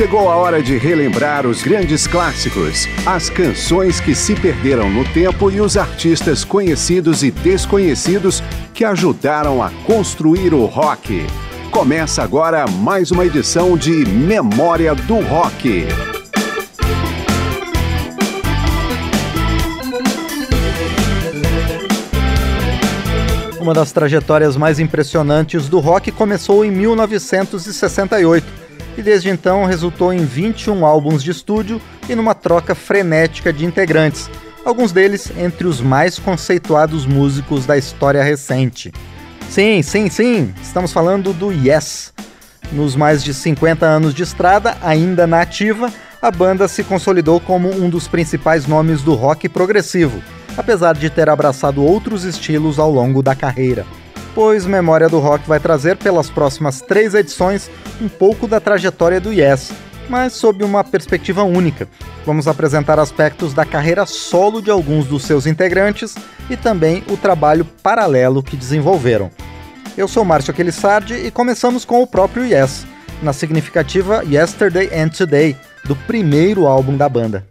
Chegou a hora de relembrar os grandes clássicos, as canções que se perderam no tempo e os artistas conhecidos e desconhecidos que ajudaram a construir o rock. Começa agora mais uma edição de Memória do Rock. Uma das trajetórias mais impressionantes do rock começou em 1968 e desde então resultou em 21 álbuns de estúdio e numa troca frenética de integrantes, alguns deles entre os mais conceituados músicos da história recente. Sim, estamos falando do Yes. Nos mais de 50 anos de estrada, ainda na ativa, a banda se consolidou como um dos principais nomes do rock progressivo, apesar de ter abraçado outros estilos ao longo da carreira. Pois Memória do Rock vai trazer pelas próximas 3 edições um pouco da trajetória do Yes, mas sob uma perspectiva única. Vamos apresentar aspectos da carreira solo de alguns dos seus integrantes e também o trabalho paralelo que desenvolveram. Eu sou Márcio Aquilissardi e começamos com o próprio Yes, na significativa Yesterday and Today, do primeiro álbum da banda.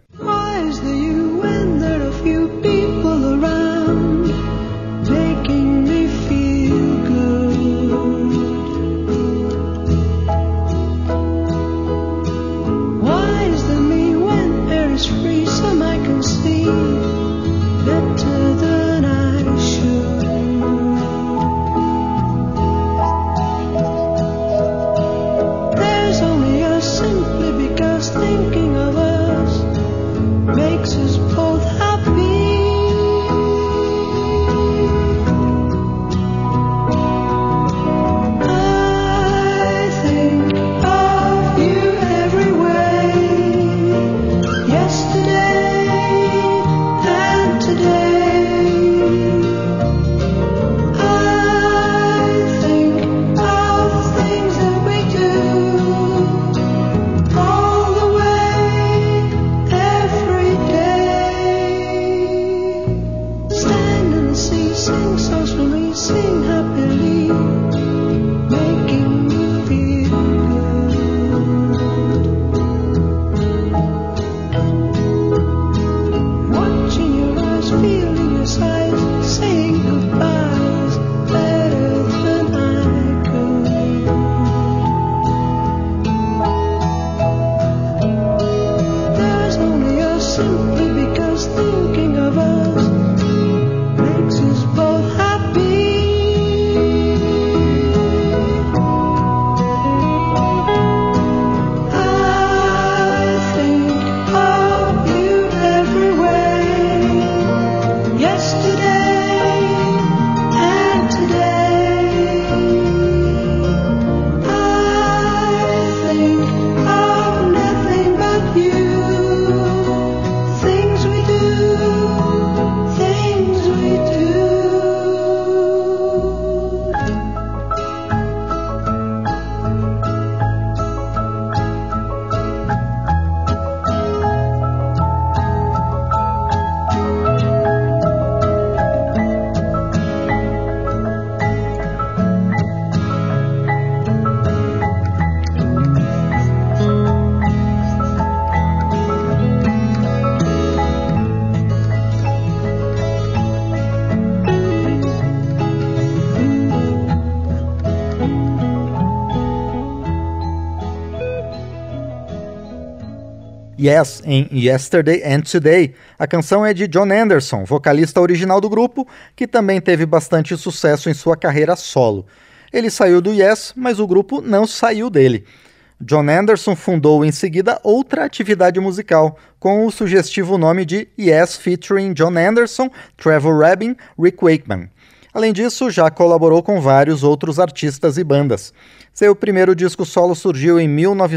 Yes, em Yesterday and Today. A canção é de Jon Anderson, vocalista original do grupo, que também teve bastante sucesso em sua carreira solo. Ele saiu do Yes, mas o grupo não saiu dele. Jon Anderson fundou em seguida outra atividade musical, com o sugestivo nome de Yes featuring Jon Anderson, Trevor Rabin, Rick Wakeman. Além disso, já colaborou com vários outros artistas e bandas. Seu primeiro disco solo surgiu em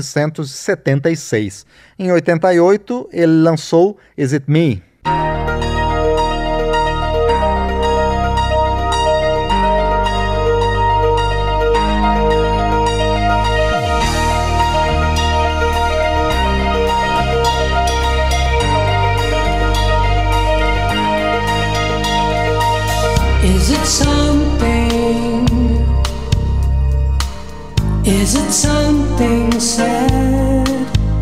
1976. Em 88, ele lançou Is It Me? Is it something? Is it something sad?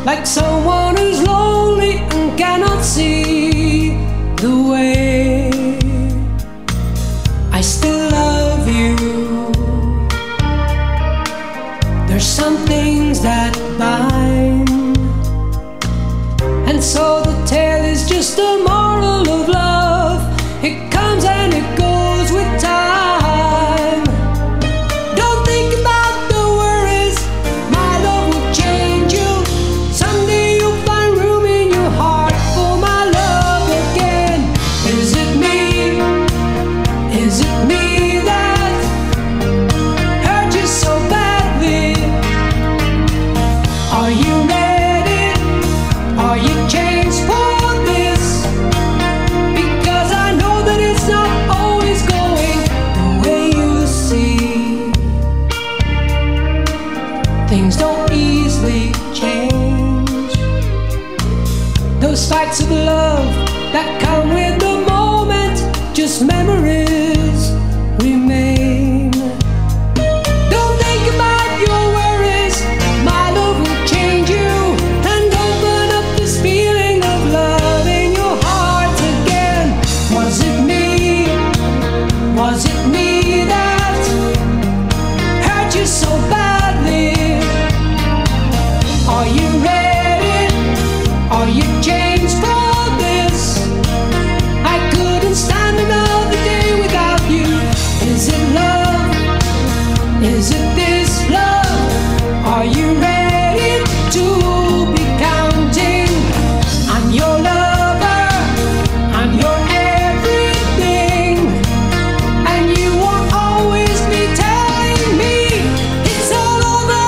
like someone who's lonely and cannot see the way. I still love you. There's some things that bind, and so the tale is just a moral of love. It comes and it goes with time. Don't think about the worries, my love will change you. Someday you'll find room in your heart for my love again. Is it me? Is it me that hurt you so badly? Are you ready? Are you changed for this? Because I know that it's not always going the way you see. Things don't easily change. Those fights of love that come with the moment, just memories remain. Don't think about your worries, my love will change you and open up this feeling of love in your heart again. Was it me? Was it me that hurt you so badly? Are you ready? Are you changed for this? I couldn't stand another day without you. Is it love? Is it this love? Are you ready to be counting? I'm your lover, I'm your everything, and you won't always be telling me it's all over.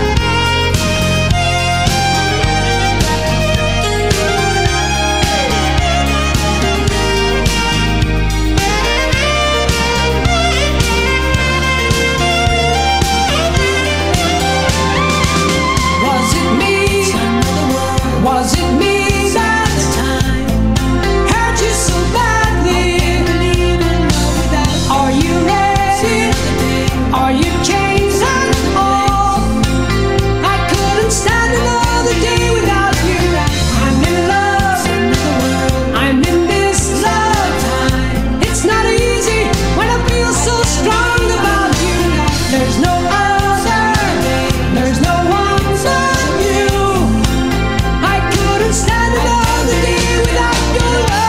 Was it me? Was it me that hurt you so badly? Are you ready? Are you changed at all? I couldn't stand another day without you. I'm in love. I'm in this love. It's not easy when I feel so strong about you. There's no other. There's no one but you. I couldn't stand another day without your love.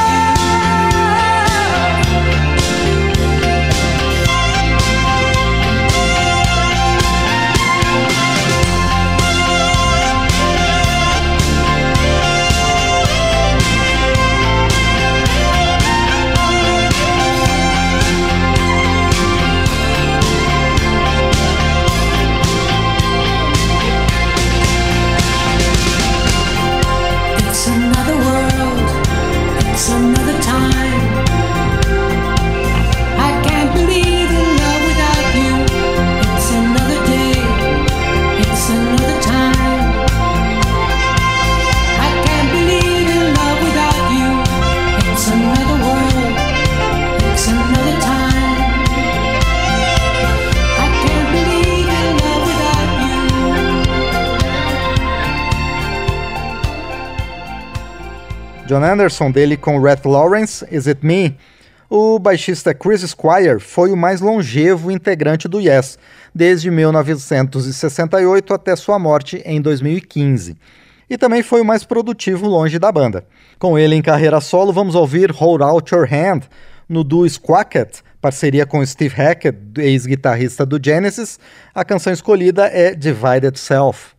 It's another world, it's another time. I can't believe in love without you. It's another day, it's another time. I can't believe in love without you. It's another world, it's another time. I can't believe in love without you. John Anderson, dele com Rhett Lawrence, Is It Me? O baixista Chris Squire foi o mais longevo integrante do Yes, desde 1968 até sua morte em 2015. E também foi o mais produtivo longe da banda. Com ele em carreira solo, vamos ouvir Hold Out Your Hand, no duo Squacket, parceria com Steve Hackett, ex-guitarrista do Genesis. A canção escolhida é Divided Self.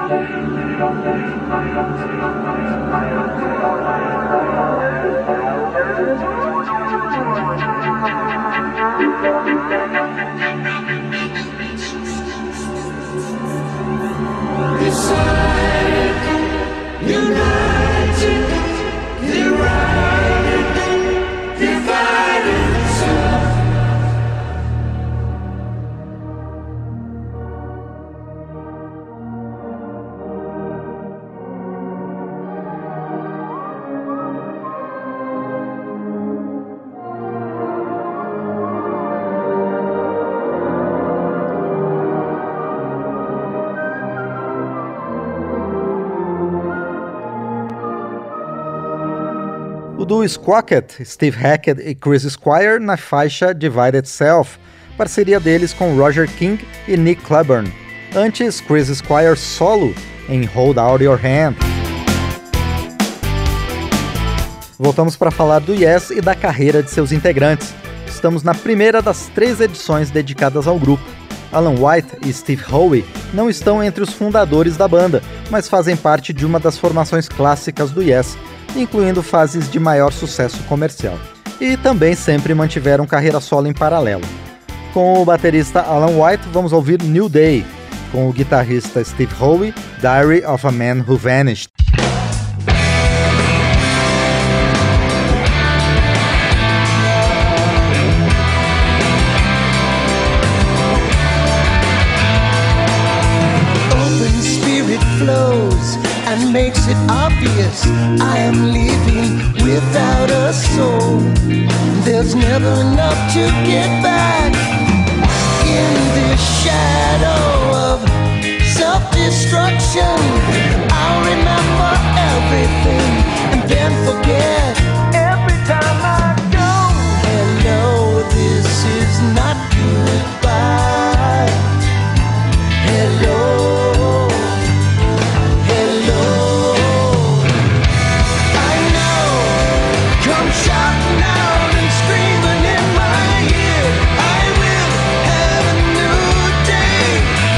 O duo Squawket, Steve Hackett e Chris Squire na faixa Divided Self, parceria deles com Roger King e Nick Claiborne. Antes, Chris Squire solo em Hold Out Your Hand. Voltamos para falar do Yes e da carreira de seus integrantes. Estamos na primeira das 3 edições dedicadas ao grupo. Alan White e Steve Howe não estão entre os fundadores da banda, mas fazem parte de uma das formações clássicas do Yes, incluindo fases de maior sucesso comercial. E também sempre mantiveram carreira solo em paralelo. Com o baterista Alan White, vamos ouvir New Day, com o guitarrista Steve Howe, Diary of a Man Who Vanished. And makes it obvious I am leaving without a soul. There's never enough to get back in this shadow of self-destruction. I'll remember everything and then forget every time I go. Hello, this is not goodbye. Hello. Shouting out and screaming in my ear, I will have a new day.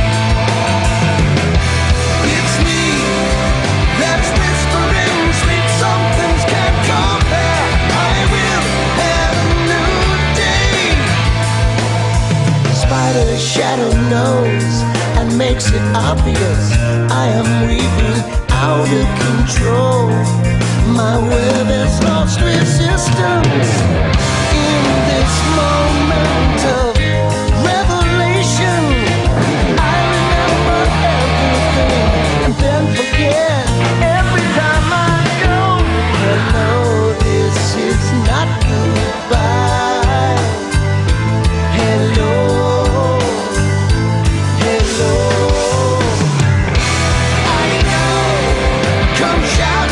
It's me that's whispering sweet somethings can't compare. I will have a new day. Spider's shadow knows and makes it obvious I am weaving out of control. My web has lost resistance in this moment of revelation. I remember everything and then forget every time I go. Hello, this is not goodbye. Hello, hello. I know, come shout.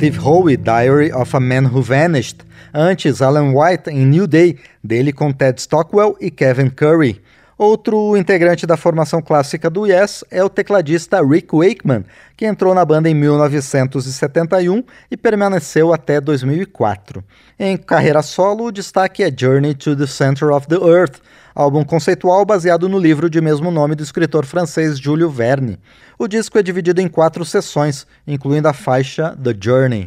Steve Howe, Diary of a Man Who Vanished. Antes, Alan White, em New Day, dele com Ted Stockwell e Kevin Curry. Outro integrante da formação clássica do Yes é o tecladista Rick Wakeman, que entrou na banda em 1971 e permaneceu até 2004. Em carreira solo, o destaque é Journey to the Center of the Earth, álbum conceitual baseado no livro de mesmo nome do escritor francês Jules Verne. O disco é dividido em 4 sessões, incluindo a faixa The Journey.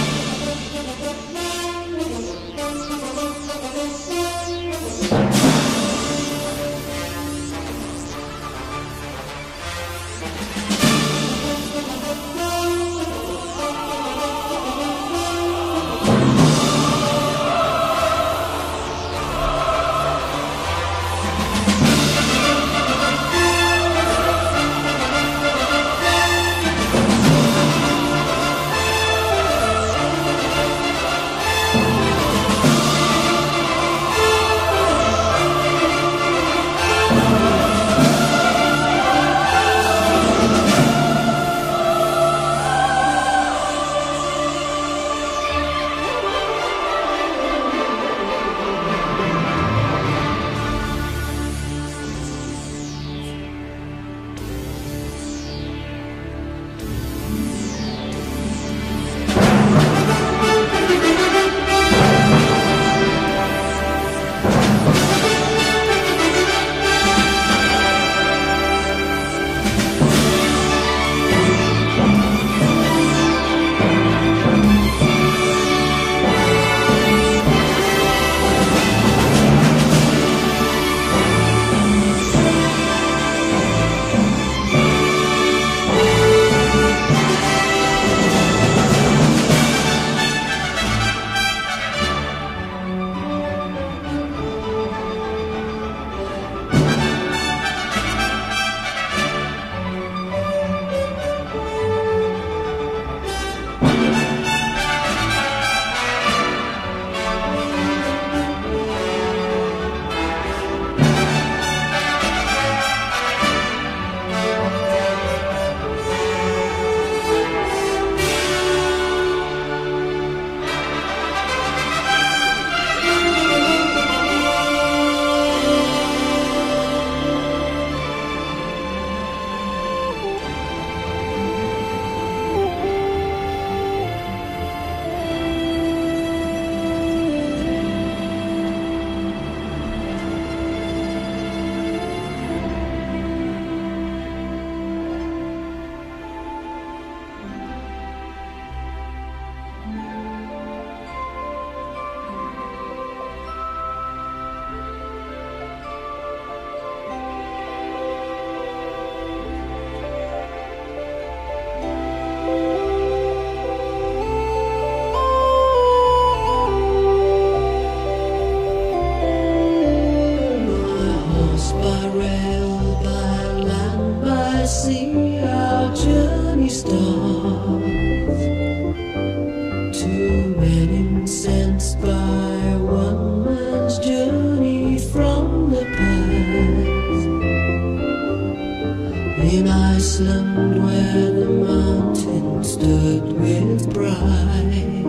In Iceland, where the mountain stood with pride,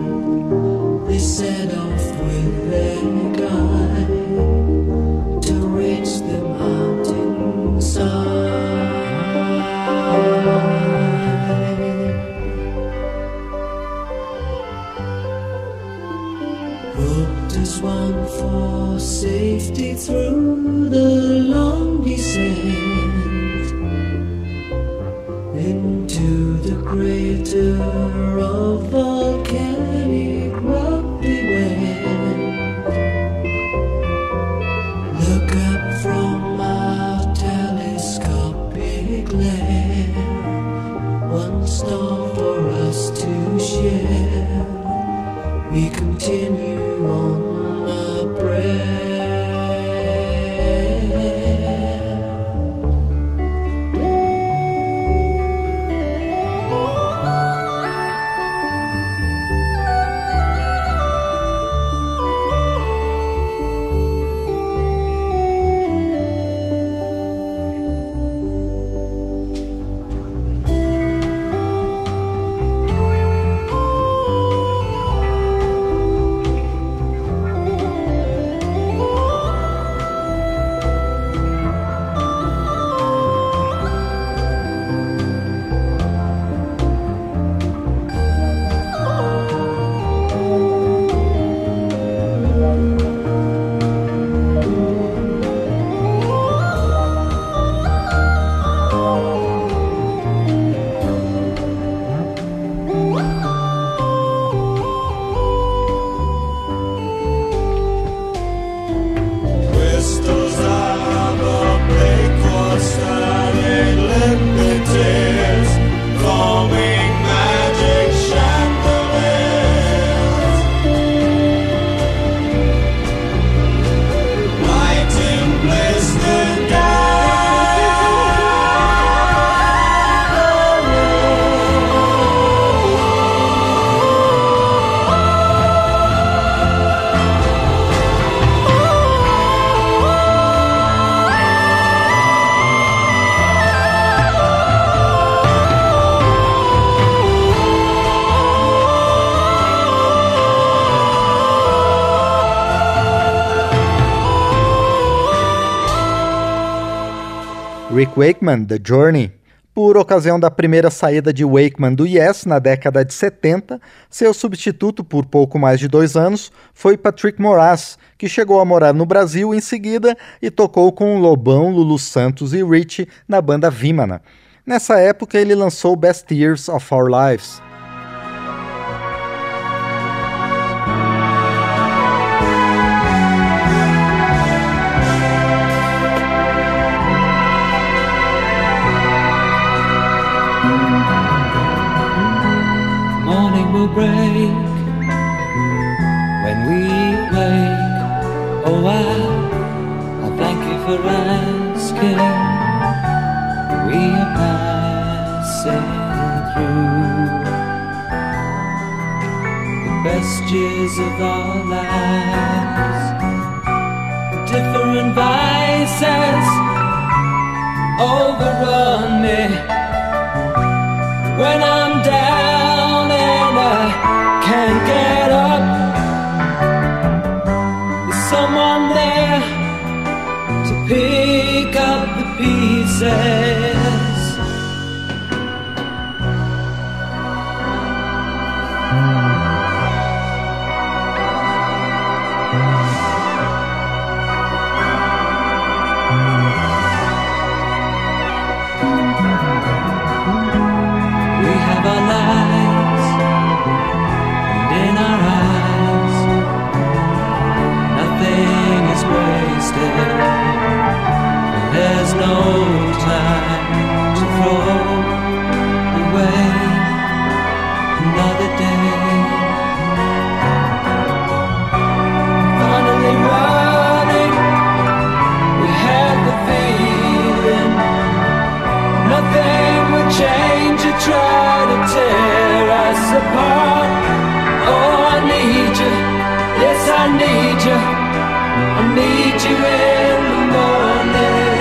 they set off with their guide to reach the mountainside. Hooked as one for safety through the long descent into the crater of volcanic rock they went. Rick Wakeman, The Journey. Por ocasião da primeira saída de Wakeman do Yes na década de 70, seu substituto por pouco mais de 2 anos foi Patrick Moraz, que chegou a morar no Brasil em seguida e tocou com Lobão, Lulu Santos e Richie na banda Vimana. Nessa época ele lançou Best Years of Our Lives. Morning will break when we wake. Oh, I thank you for asking. We are passing through the best years of our lives. Different vices overrun me when I'm down and I can't get up. There's someone there to pick up the pieces. There's no time to throw away another day. Finally running, we had the feeling nothing would change or try to tear us apart. Oh, I need you, yes I need you. I need you in the morning.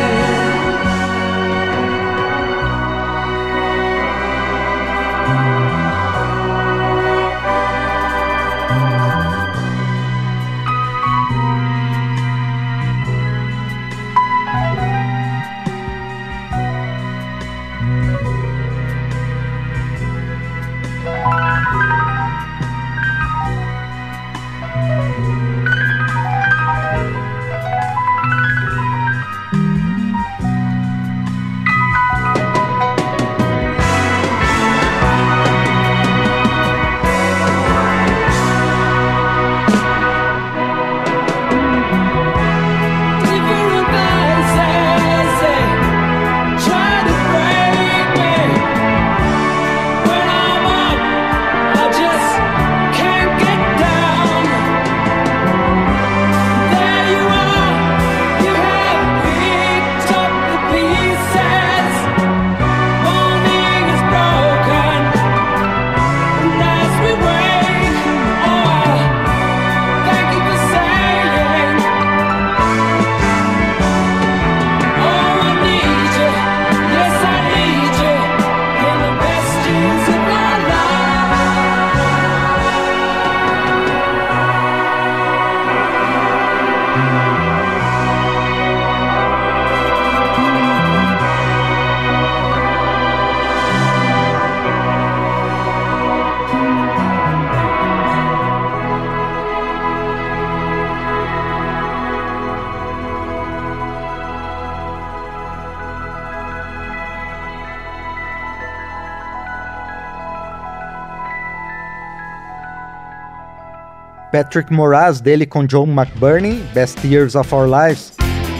Patrick Moraz, dele com John McBurney, Best Years of Our Lives.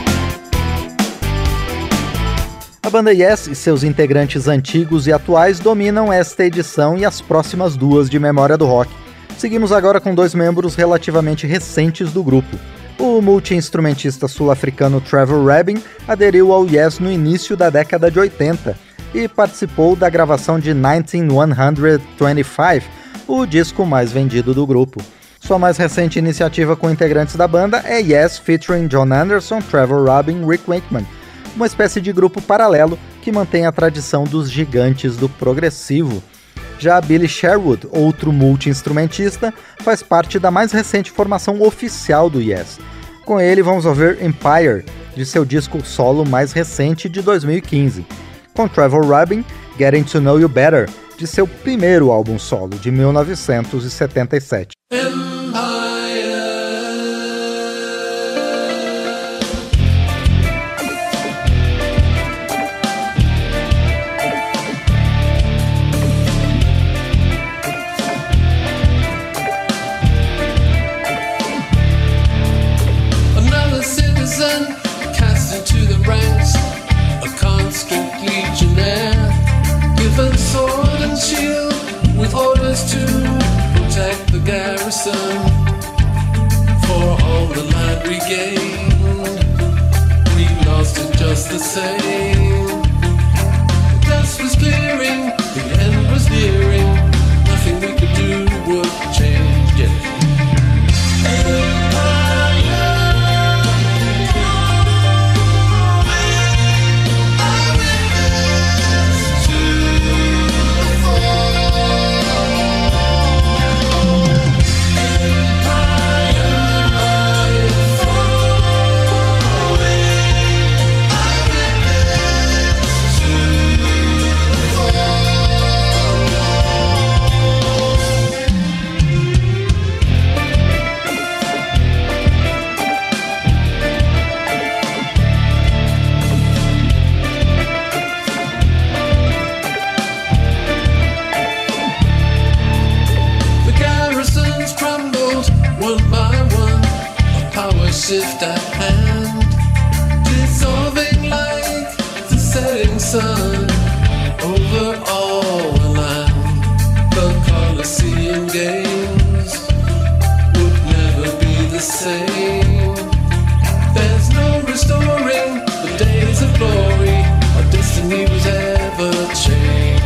A banda Yes e seus integrantes antigos e atuais dominam esta edição e as próximas 2 de Memória do Rock. Seguimos agora com 2 membros relativamente recentes do grupo. O multi-instrumentista sul-africano Trevor Rabin aderiu ao Yes no início da década de 80 e participou da gravação de 1925, o disco mais vendido do grupo. Sua mais recente iniciativa com integrantes da banda é Yes featuring John Anderson, Trevor Rabin e Rick Wakeman, uma espécie de grupo paralelo que mantém a tradição dos gigantes do progressivo. Já Billy Sherwood, outro multi-instrumentista, faz parte da mais recente formação oficial do Yes. Com ele vamos ouvir Empire, de seu disco solo mais recente de 2015, com Trevor Rabin, Getting to Know You Better, de seu primeiro álbum solo, de 1977. Cast into the ranks, a constant legionnaire, given sword and shield with orders to protect the garrison. For all the land we gained, we lost it just the same. The dust was clearing, the end was nearing, nothing we could do would change it. Shift at hand, dissolving like the setting sun over all the land. The Colosseum Games would never be the same. There's no restoring the days of glory. Our destiny was ever changed.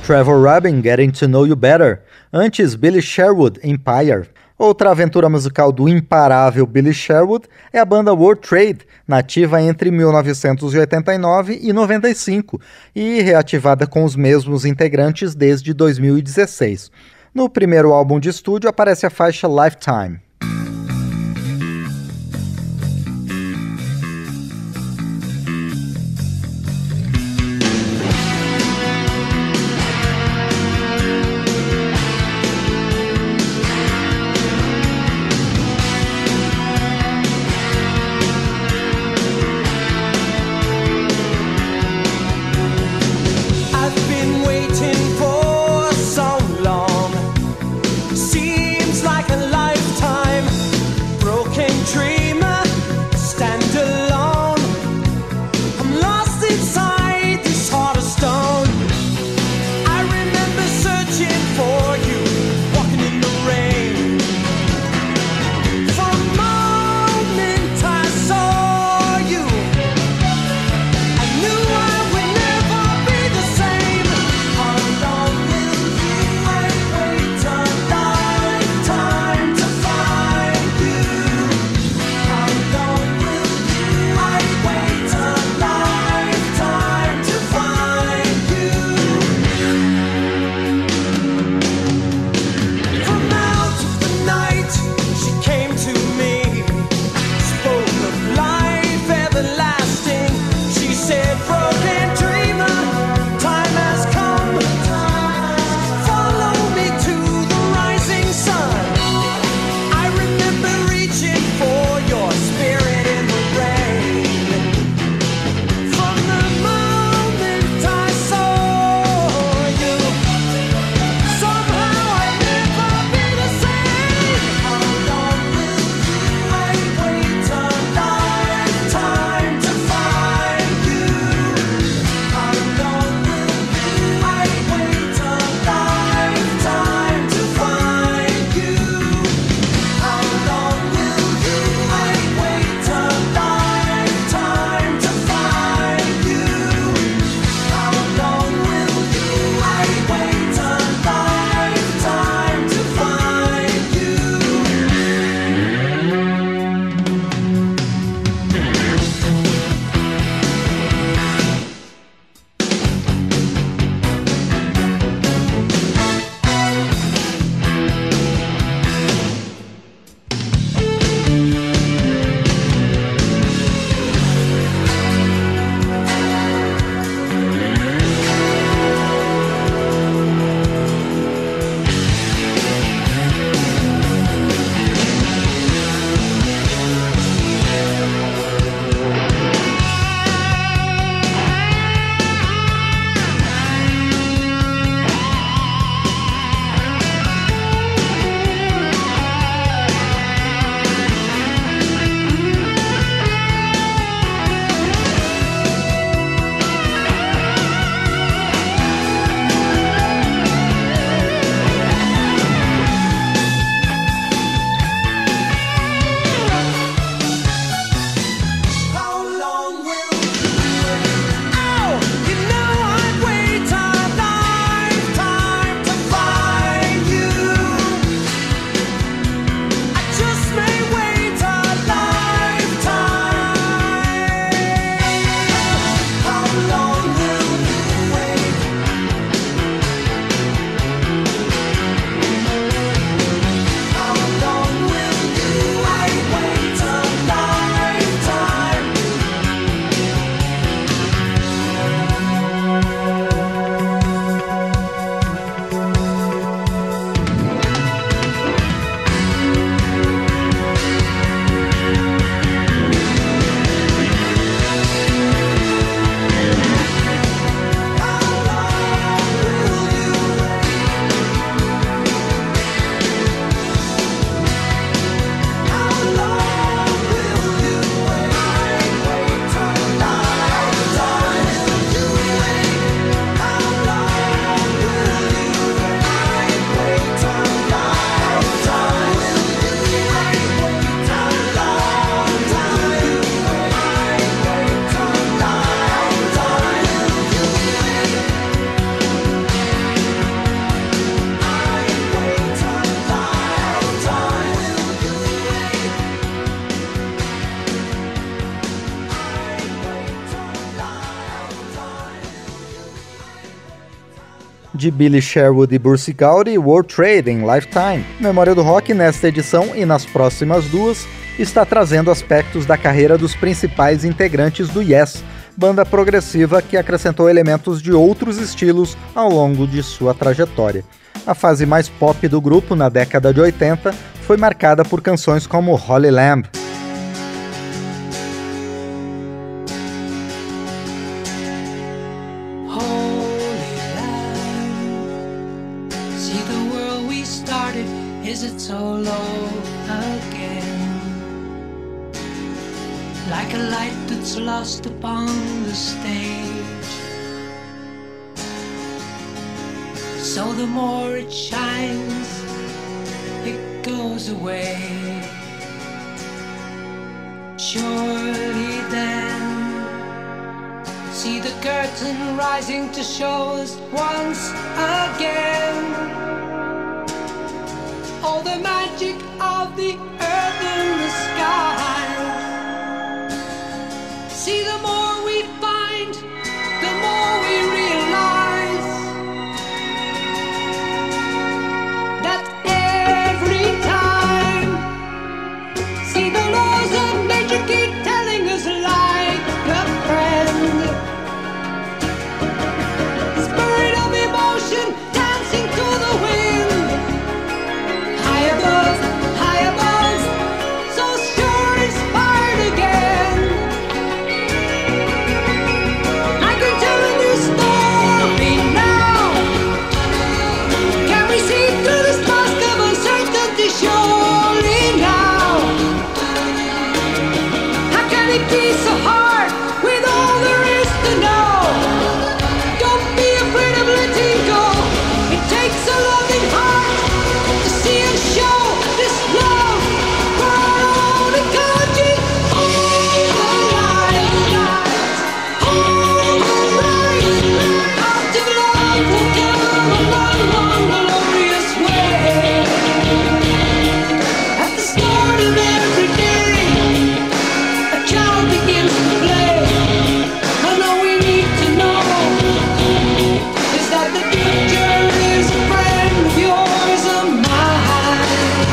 Trevor Rabin, Getting to Know You Better. Antes, Billy Sherwood, Empire. Outra aventura musical do imparável Billy Sherwood é a banda World Trade, nativa entre 1989 e 95 e reativada com os mesmos integrantes desde 2016. No primeiro álbum de estúdio aparece a faixa Lifetime. de Billy Sherwood e Bruce Gowdy, World Trade em Lifetime. Memória do Rock, nesta edição e nas próximas duas, está trazendo aspectos da carreira dos principais integrantes do Yes, banda progressiva que acrescentou elementos de outros estilos ao longo de sua trajetória. A fase mais pop do grupo, na década de 80, foi marcada por canções como Holy Lamb. Is it so low again? Like a light that's lost upon the stage. So the more it shines, it goes away. Surely then, see the curtain rising to show us once again all the magic of the earth and the sky. See, the more we find, the more we realize that every time, see, the laws of nature keep telling us like a friend. Spirit of emotion dancing through the wind. High above, so sure inspired again. I can tell a new story now. Can we see through this mask of uncertainty surely now? How can it be so hard with all there is to know? Don't be afraid of letting go. It takes a loving heart to see us show this love for our own ecology. All right, active love will come along one glorious way. At the start of every day, a child begins to play. And all we need to know is that the future is a friend of yours and mine.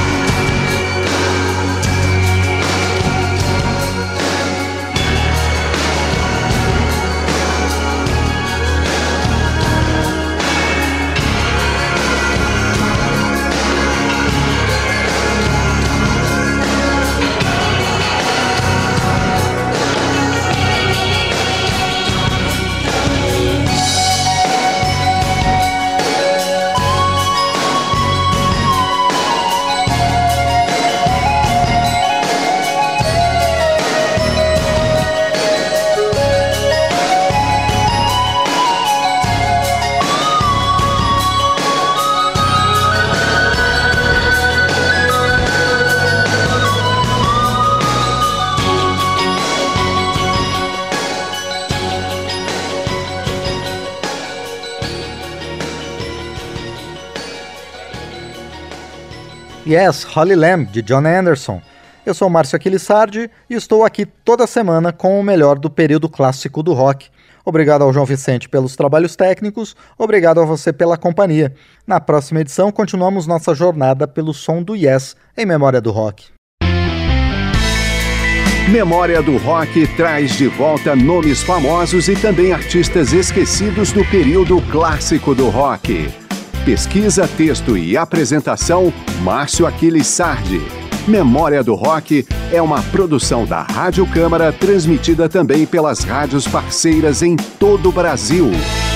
Yes, Holy Lamb, de John Anderson. Eu sou Márcio Aquilissardi e estou aqui toda semana com o melhor do período clássico do rock. Obrigado ao João Vicente pelos trabalhos técnicos, obrigado a você pela companhia. Na próxima edição, continuamos nossa jornada pelo som do Yes, em Memória do Rock. Memória do Rock traz de volta nomes famosos e também artistas esquecidos do período clássico do rock. Pesquisa, texto e apresentação, Márcio Aquilissardi. Memória do Rock é uma produção da Rádio Câmara, transmitida também pelas rádios parceiras em todo o Brasil.